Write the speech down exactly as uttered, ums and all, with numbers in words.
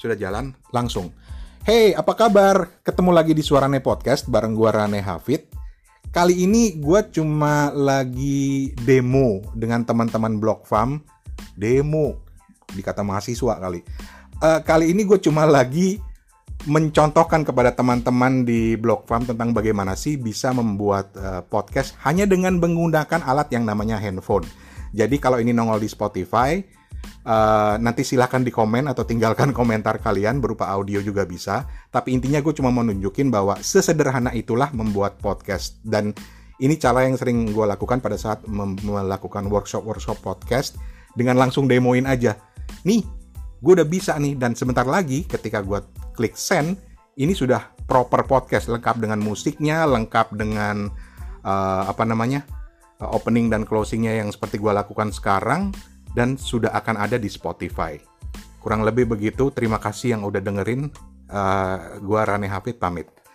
sudah jalan, langsung. Hey, apa kabar? Ketemu lagi di Suarane Podcast bareng gua Rane Hafid. Kali ini gua cuma lagi demo dengan teman-teman Blog Farm. Demo, dikata mahasiswa kali. Uh, kali ini gue cuma lagi mencontohkan kepada teman-teman di Blog Farm tentang bagaimana sih bisa membuat uh, podcast hanya dengan menggunakan alat yang namanya handphone. Jadi kalau ini nongol di Spotify, uh, nanti silahkan di komen atau tinggalkan komentar kalian berupa audio juga bisa. Tapi intinya gue cuma mau nunjukin bahwa sesederhana itulah membuat podcast. Dan ini cara yang sering gue lakukan pada saat mem- melakukan workshop-workshop podcast dengan langsung demoin aja. Nih, gue udah bisa nih, dan sebentar lagi ketika gue klik send, ini sudah proper podcast, lengkap dengan musiknya, lengkap dengan uh, apa namanya uh, opening dan closingnya yang seperti gue lakukan sekarang, dan sudah akan ada di Spotify. Kurang lebih begitu. Terima kasih yang udah dengerin. Uh, gue Rane Hafid pamit.